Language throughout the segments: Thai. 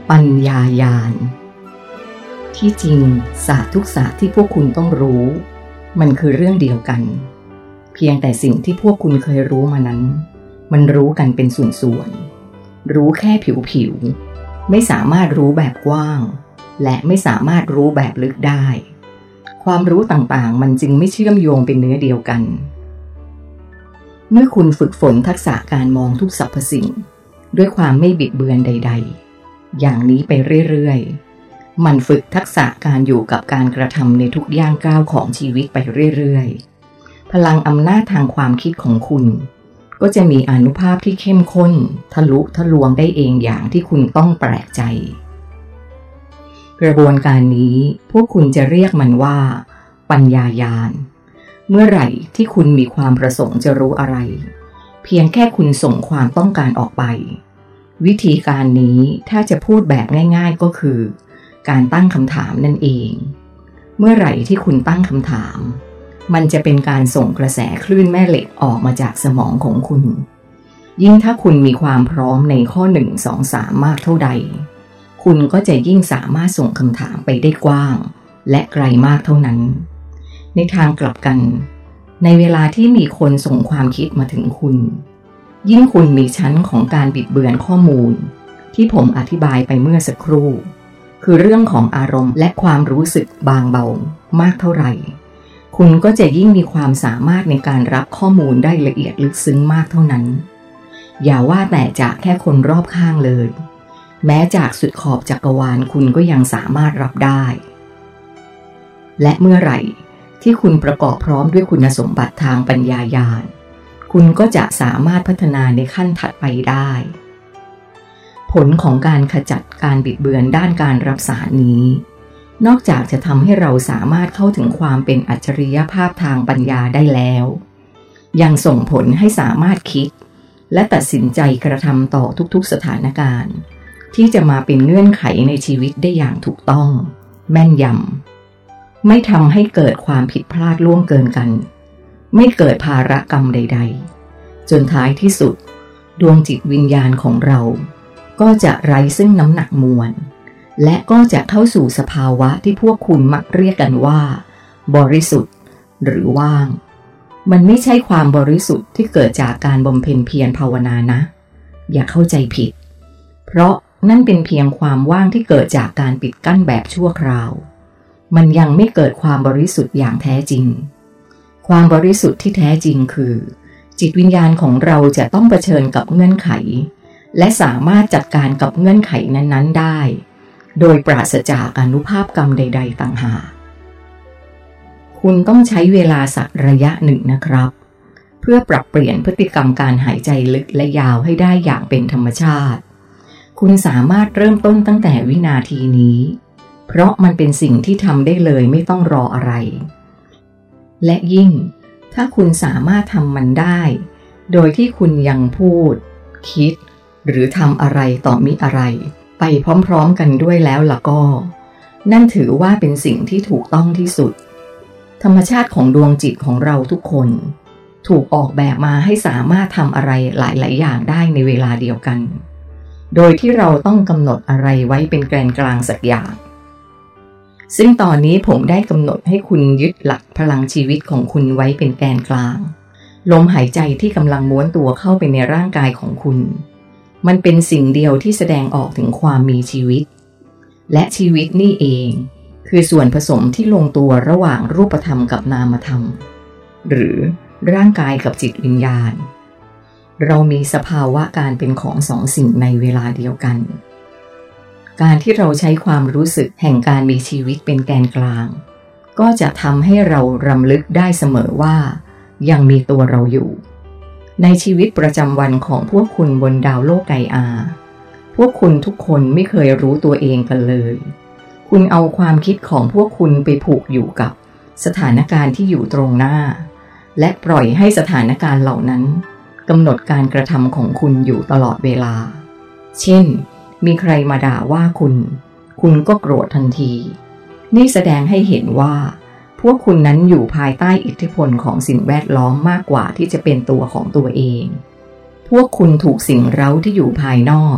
ปัญญาญาณที่จริงศาสตร์ทุกศาสตร์ที่พวกคุณต้องรู้มันคือเรื่องเดียวกันเพียงแต่สิ่งที่พวกคุณเคยรู้มานั้นมันรู้กันเป็นส่วนๆรู้แค่ผิวๆไม่สามารถรู้แบบกว้างและไม่สามารถรู้แบบลึกได้ความรู้ต่างๆมันจึงไม่เชื่อมโยงเป็นเนื้อเดียวกันเมื่อคุณฝึกฝนทักษะการมองทุกสรรพสิ่งด้วยความไม่บิดเบือนใดๆอย่างนี้ไปเรื่อยๆมันฝึกทักษะการอยู่กับการกระทำในทุกย่างก้าวของชีวิตไปเรื่อยๆพลังอำนาจทางความคิดของคุณก็จะมีอานุภาพที่เข้มข้นทะลุทะลวงได้เองอย่างที่คุณต้องแปลกใจกระบวนการนี้พวกคุณจะเรียกมันว่าปัญญาญาณเมื่อไหร่ที่คุณมีความประสงค์จะรู้อะไรเพียงแค่คุณส่งความต้องการออกไปวิธีการนี้ถ้าจะพูดแบบง่ายๆก็คือการตั้งคำถามนั่นเองเมื่อไหร่ที่คุณตั้งคำถามมันจะเป็นการส่งกระแสคลื่นแม่เหล็กออกมาจากสมองของคุณยิ่งถ้าคุณมีความพร้อมในข้อ1 2 3มากเท่าใดคุณก็จะยิ่งสามารถส่งคำถามไปได้กว้างและไกลมากเท่านั้นในทางกลับกันในเวลาที่มีคนส่งความคิดมาถึงคุณยิ่งคุณมีชั้นของการบิดเบือนข้อมูลที่ผมอธิบายไปเมื่อสักครู่คือเรื่องของอารมณ์และความรู้สึกบางเบามากเท่าไหร่คุณก็จะยิ่งมีความสามารถในการรับข้อมูลได้ละเอียดลึกซึ้งมากเท่านั้นอย่าว่าแต่จากแค่คนรอบข้างเลยแม้จากสุดขอบจักรวาลคุณก็ยังสามารถรับได้และเมื่อไหร่ที่คุณประกอบพร้อมด้วยคุณสมบัติทางปัญญาญาณคุณก็จะสามารถพัฒนาในขั้นถัดไปได้ผลของการขจัดการบิดเบือนด้านการรับสารนี้นอกจากจะทำให้เราสามารถเข้าถึงความเป็นอัจฉริยภาพทางปัญญาได้แล้วยังส่งผลให้สามารถคิดและตัดสินใจกระทำต่อทุกๆสถานการณ์ที่จะมาเป็นเงื่อนไขในชีวิตได้อย่างถูกต้องแม่นยำไม่ทำให้เกิดความผิดพลาดล่วงเกินกันไม่เกิดภาระกรรมใดๆจนท้ายที่สุดดวงจิตวิญญาณของเราก็จะไร้ซึ่งน้ำหนักมวลและก็จะเข้าสู่สภาวะที่พวกคุณมักเรียกกันว่าบริสุทธิ์หรือว่างมันไม่ใช่ความบริสุทธิ์ที่เกิดจากการบำเพ็ญเพียรภาวนานะอย่าเข้าใจผิดเพราะนั่นเป็นเพียงความว่างที่เกิดจากการปิดกั้นแบบชั่วคราวมันยังไม่เกิดความบริสุทธิ์อย่างแท้จริงความบริสุทธิ์ที่แท้จริงคือจิตวิญญาณของเราจะต้องเผชิญกับเงื่อนไขและสามารถจัดการกับเงื่อนไขนั้นๆได้โดยปราศจากอานุภาพกรรมใดๆต่างหากคุณต้องใช้เวลาสักระยะหนึ่งนะครับเพื่อปรับเปลี่ยนพฤติกรรมการหายใจลึกและยาวให้ได้อย่างเป็นธรรมชาติคุณสามารถเริ่มต้นตั้งแต่วินาทีนี้เพราะมันเป็นสิ่งที่ทำได้เลยไม่ต้องรออะไรและยิ่งถ้าคุณสามารถทำมันได้โดยที่คุณยังพูดคิดหรือทำอะไรต่อมิอะไรไปพร้อมๆกันด้วยแล้วล่ะก็นั่นถือว่าเป็นสิ่งที่ถูกต้องที่สุดธรรมชาติของดวงจิตของเราทุกคนถูกออกแบบมาให้สามารถทำอะไรหลายๆอย่างได้ในเวลาเดียวกันโดยที่เราต้องกำหนดอะไรไว้เป็นแกนกลางสักอย่างซึ่งตอนนี้ผมได้กำหนดให้คุณยึดหลักพลังชีวิตของคุณไว้เป็นแกนกลางลมหายใจที่กำลังม้วนตัวเข้าไปในร่างกายของคุณมันเป็นสิ่งเดียวที่แสดงออกถึงความมีชีวิตและชีวิตนี่เองคือส่วนผสมที่ลงตัวระหว่างรูปธรรมกับนามธรรมหรือร่างกายกับจิตวิญญาณเรามีสภาวะการเป็นของสองสิ่งในเวลาเดียวกันการที่เราใช้ความรู้สึกแห่งการมีชีวิตเป็นแกนกลางก็จะทำให้เรารำลึกได้เสมอว่ายังมีตัวเราอยู่ในชีวิตประจำวันของพวกคุณบนดาวโลกไกอาพวกคุณทุกคนไม่เคยรู้ตัวเองกันเลยคุณเอาความคิดของพวกคุณไปผูกอยู่กับสถานการณ์ที่อยู่ตรงหน้าและปล่อยให้สถานการณ์เหล่านั้นกำหนดการกระทำของคุณอยู่ตลอดเวลาเช่นมีใครมาด่าว่าคุณก็โกรธทันทีนี่แสดงให้เห็นว่าพวกคุณนั้นอยู่ภายใต้อิทธิพลของสิ่งแวดล้อมมากกว่าที่จะเป็นตัวของตัวเองพวกคุณถูกสิ่งเร้าที่อยู่ภายนอก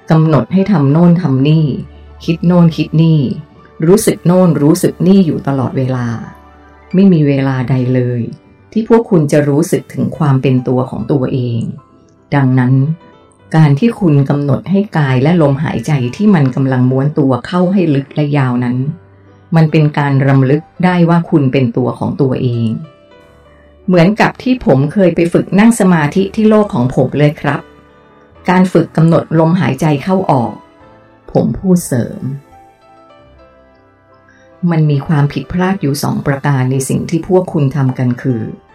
กำหนดให้ทำโน่นทำนี่คิดโน่นคิดนี่รู้สึกโน่นรู้สึกนี่อยู่ตลอดเวลาไม่มีเวลาใดเลยที่พวกคุณจะรู้สึกถึงความเป็นตัวของตัวเองดังนั้นการที่คุณกำหนดให้กายและลมหายใจที่มันกำลังม้วนตัวเข้าให้ลึกและยาวนั้นมันเป็นการรำลึกได้ว่าคุณเป็นตัวของตัวเองเหมือนกับที่ผมเคยไปฝึกนั่งสมาธิที่โลกของผมเลยครับการฝึกกำหนดลมหายใจเข้าออกผมพูดเสริมมันมีความผิดพลาดอยู่2ประการในสิ่งที่พวกคุณทำกันคือ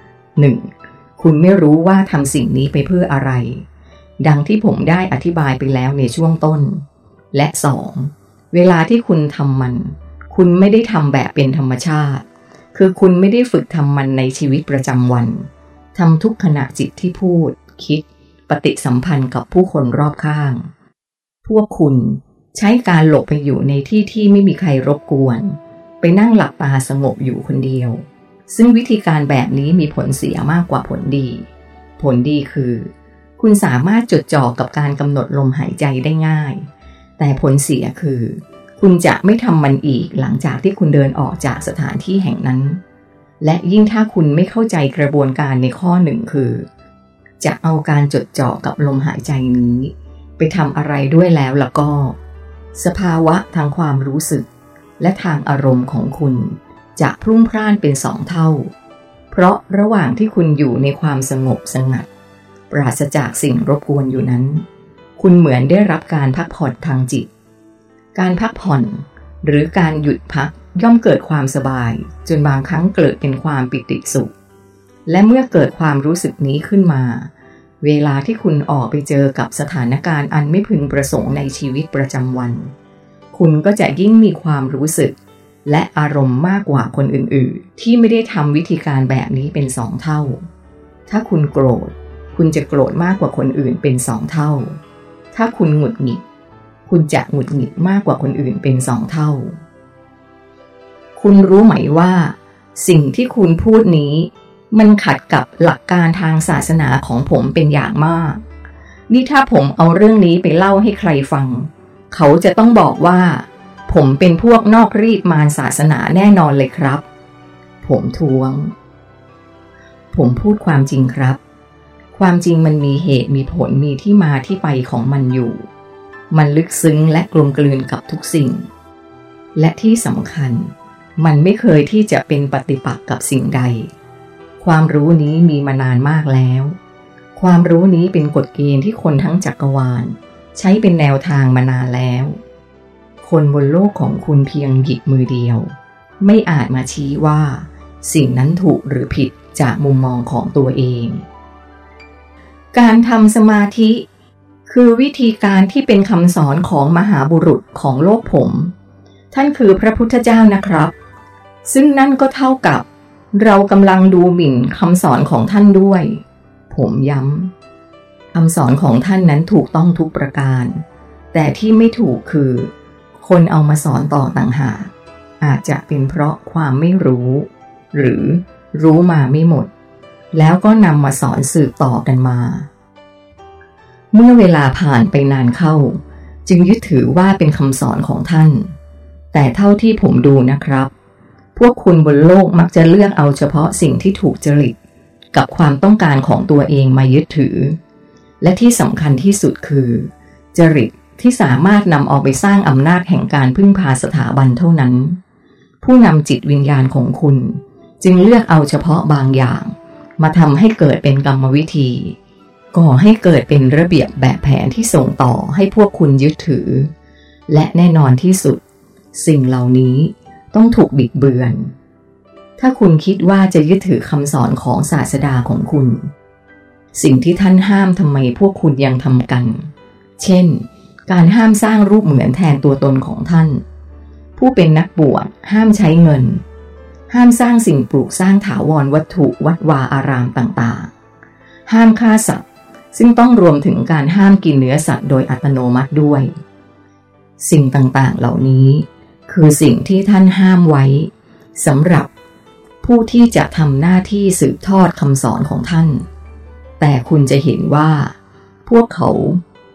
1. คุณไม่รู้ว่าทำสิ่งนี้ไปเพื่ออะไรดังที่ผมได้อธิบายไปแล้วในช่วงต้นและ 2. เวลาที่คุณทำมันคุณไม่ได้ทำแบบเป็นธรรมชาติคือคุณไม่ได้ฝึกทำมันในชีวิตประจำวันทำทุกขณะจิตที่พูดคิดปฏิสัมพันธ์กับผู้คนรอบข้างพวกคุณใช้การหลบไปอยู่ในที่ที่ไม่มีใครรบกวนไปนั่งหลับตาสงบอยู่คนเดียวซึ่งวิธีการแบบนี้มีผลเสียมากกว่าผลดีผลดีคือคุณสามารถจดจ่อกับการกำหนดลมหายใจได้ง่ายแต่ผลเสียคือคุณจะไม่ทำมันอีกหลังจากที่คุณเดินออกจากสถานที่แห่งนั้นและยิ่งถ้าคุณไม่เข้าใจกระบวนการในข้อหนึ่งคือจะเอาการจดจ่อกับลมหายใจนี้ไปทำอะไรด้วยแล้วก็สภาวะทางความรู้สึกและทางอารมณ์ของคุณจะพรุ่งพร่านเป็น2 เท่าเพราะระหว่างที่คุณอยู่ในความสงบสงัดปราศจากสิ่งรบกวนอยู่นั้นคุณเหมือนได้รับการพักผ่อนทางจิตการพักผ่อนหรือการหยุดพักย่อมเกิดความสบายจนบางครั้งเกิดเป็นความปิติสุขและเมื่อเกิดความรู้สึกนี้ขึ้นมาเวลาที่คุณออกไปเจอกับสถานการณ์อันไม่พึงประสงค์ในชีวิตประจำวันคุณก็จะยิ่งมีความรู้สึกและอารมณ์มากกว่าคนอื่นๆที่ไม่ได้ทำวิธีการแบบนี้เป็น2 เท่าถ้าคุณโกรธคุณจะโกรธมากกว่าคนอื่นเป็น2 เท่าถ้าคุณหงุดหงิดคุณจะหงุดหงิดมากกว่าคนอื่นเป็น2 เท่าคุณรู้ไหมว่าสิ่งที่คุณพูดนี้มันขัดกับหลักการทางศาสนาของผมเป็นอย่างมากนี่ถ้าผมเอาเรื่องนี้ไปเล่าให้ใครฟังเขาจะต้องบอกว่าผมเป็นพวกนอกรีดมารศาสนาแน่นอนเลยครับผมท้วงผมพูดความจริงครับความจริงมันมีเหตุมีผลมีที่มาที่ไปของมันอยู่มันลึกซึ้งและกลมกลืนกับทุกสิ่งและที่สำคัญมันไม่เคยที่จะเป็นปฏิปักษ์กับสิ่งใดความรู้นี้มีมานานมากแล้วความรู้นี้เป็นกฎเกณฑ์ที่คนทั้งจักรวาลใช้เป็นแนวทางมานานแล้วคนบนโลกของคุณเพียงหยิบมือเดียวไม่อาจมาชี้ว่าสิ่งนั้นถูกหรือผิดจากมุมมองของตัวเองการทำสมาธิคือวิธีการที่เป็นคำสอนของมหาบุรุษของโลกผมท่านคือพระพุทธเจ้านะครับซึ่งนั่นก็เท่ากับเรากำลังดูหมิ่นคำสอนของท่านด้วยผมย้ำคำสอนของท่านนั้นถูกต้องทุกประการแต่ที่ไม่ถูกคือคนเอามาสอนต่อต่างหากอาจจะเป็นเพราะความไม่รู้หรือรู้มาไม่หมดแล้วก็นำมาสอนสืบต่อกันมาเมื่อเวลาผ่านไปนานเข้าจึงยึดถือว่าเป็นคำสอนของท่านแต่เท่าที่ผมดูนะครับพวกคุณบนโลกมักจะเลือกเอาเฉพาะสิ่งที่ถูกจริตกับความต้องการของตัวเองมายึดถือและที่สำคัญที่สุดคือจริตที่สามารถนำออกไปสร้างอำนาจแห่งการพึ่งพาสถาบันเท่านั้นผู้นำจิตวิญญาณของคุณจึงเลือกเอาเฉพาะบางอย่างมาทำให้เกิดเป็นกรรมวิธีก่อให้เกิดเป็นระเบียบแบบแผนที่ส่งต่อให้พวกคุณยึดถือและแน่นอนที่สุดสิ่งเหล่านี้ต้องถูกบิดเบือนถ้าคุณคิดว่าจะยึดถือคำสอนของศาสดาของคุณสิ่งที่ท่านห้ามทำไมพวกคุณยังทำกันเช่นการห้ามสร้างรูปเหมือนแทนตัวตนของท่านผู้เป็นนักบวชห้ามใช้เงินห้ามสร้างสิ่งปลูกสร้างถาวรวัตถุวัดวาอารามต่างๆห้ามฆ่าสัตว์ซึ่งต้องรวมถึงการห้ามกินเนื้อสัตว์โดยอัตโนมัติด้วยสิ่งต่างๆเหล่านี้คือสิ่งที่ท่านห้ามไว้สำหรับผู้ที่จะทำหน้าที่สืบทอดคำสอนของท่านแต่คุณจะเห็นว่าพวกเขา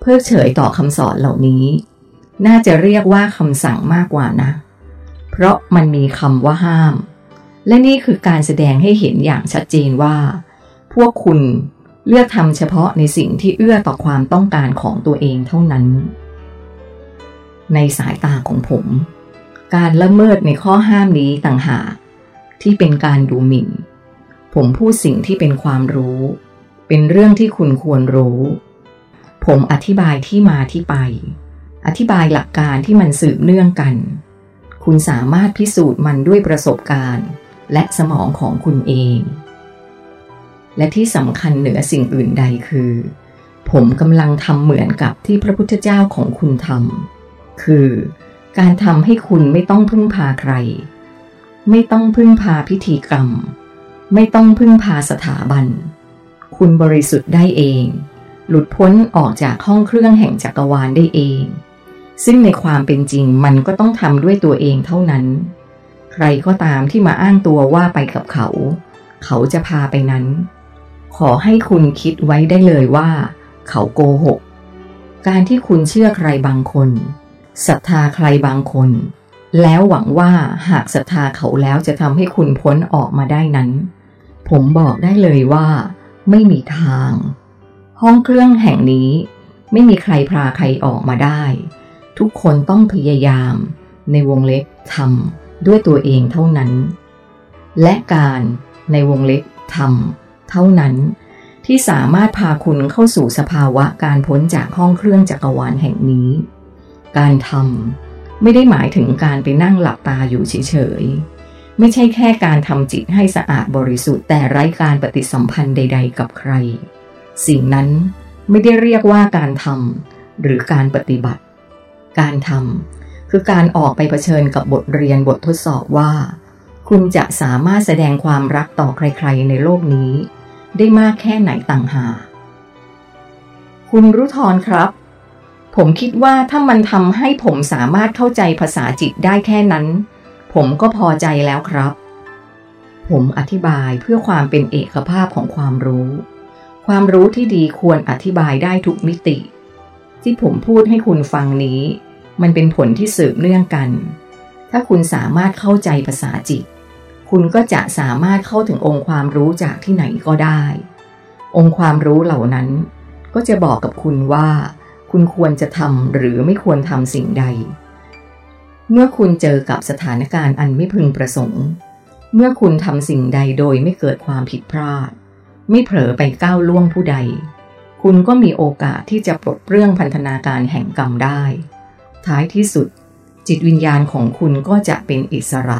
พิกเฉยต่อคำสอนเหล่านี้น่าจะเรียกว่าคำสั่งมากกว่านะเพราะมันมีคำว่าห้ามและนี่คือการแสดงให้เห็นอย่างชัดเจนว่าพวกคุณเลือกทำเฉพาะในสิ่งที่เอื้อต่อความต้องการของตัวเองเท่านั้นในสายตาของผมการละเมิดในข้อห้ามนี้ต่างหากที่เป็นการดูหมิ่นผมพูดสิ่งที่เป็นความรู้เป็นเรื่องที่คุณควรรู้ผมอธิบายที่มาที่ไปอธิบายหลักการที่มันสืบเนื่องกันคุณสามารถพิสูจน์มันด้วยประสบการณ์และสมองของคุณเองและที่สำคัญเหนือสิ่งอื่นใดคือผมกำลังทำเหมือนกับที่พระพุทธเจ้าของคุณทำคือการทำให้คุณไม่ต้องพึ่งพาใครไม่ต้องพึ่งพาพิธีกรรมไม่ต้องพึ่งพาสถาบันคุณบริสุทธิ์ได้เองหลุดพ้นออกจากห้องเครื่องแห่งจักรวาลได้เองซึ่งในความเป็นจริงมันก็ต้องทำด้วยตัวเองเท่านั้นใครก็ตามที่มาอ้างตัวว่าไปกับเขาจะพาไปนั้นขอให้คุณคิดไว้ได้เลยว่าเขาโกหกการที่คุณเชื่อใครบางคนศรัทธาใครบางคนแล้วหวังว่าหากศรัทธาเขาแล้วจะทำให้คุณพ้นออกมาได้นั้นผมบอกได้เลยว่าไม่มีทางห้องเครื่องแห่งนี้ไม่มีใครพาใครออกมาได้ทุกคนต้องพยายามในวงเล็บทำด้วยตัวเองเท่านั้นและการในวงเล็บทำเท่านั้นที่สามารถพาคุณเข้าสู่สภาวะการพ้นจากห้องเครื่องจักรวาลแห่งนี้การทำไม่ได้หมายถึงการไปนั่งหลับตาอยู่เฉยๆไม่ใช่แค่การทำจิตให้สะอาดบริสุทธิ์แต่ไร้การปฏิสัมพันธ์ใดๆกับใครสิ่งนั้นไม่ได้เรียกว่าการทำหรือการปฏิบัติการทำคือการออกไปเผชิญกับบทเรียนบททดสอบว่าคุณจะสามารถแสดงความรักต่อใครๆในโลกนี้ได้มากแค่ไหนต่างหากคุณรุธรครับผมคิดว่าถ้ามันทำให้ผมสามารถเข้าใจภาษาจิตได้แค่นั้นผมก็พอใจแล้วครับผมอธิบายเพื่อความเป็นเอกภาพของความรู้ที่ดีควรอธิบายได้ทุกมิติที่ผมพูดให้คุณฟังนี้มันเป็นผลที่สืบเนื่องกันถ้าคุณสามารถเข้าใจภาษาจิตคุณก็จะสามารถเข้าถึงองค์ความรู้จากที่ไหนก็ได้องค์ความรู้เหล่านั้นก็จะบอกกับคุณว่าคุณควรจะทำหรือไม่ควรทำสิ่งใดเมื่อคุณเจอกับสถานการณ์อันไม่พึงประสงค์เมื่อคุณทำสิ่งใดโดยไม่เกิดความผิดพลาดไม่เผลอไปก้าวล่วงผู้ใดคุณก็มีโอกาสที่จะปลดเปลื้องพันธนาการแห่งกรรมได้ท้ายที่สุดจิตวิญญาณของคุณก็จะเป็นอิสระ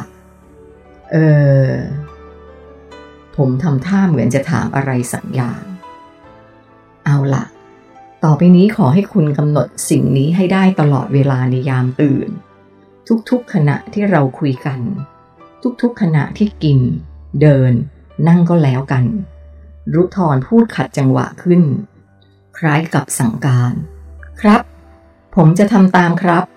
ผมทำท่าเหมือนจะถามอะไรสักอย่างเอาล่ะต่อไปนี้ขอให้คุณกำหนดสิ่งนี้ให้ได้ตลอดเวลาในยามตื่นทุกๆขณะที่เราคุยกันทุกๆขณะที่กินเดินนั่งก็แล้วกันรุธรพูดขัดจังหวะขึ้นคล้ายกับสั่งการครับผมจะทำตามครับ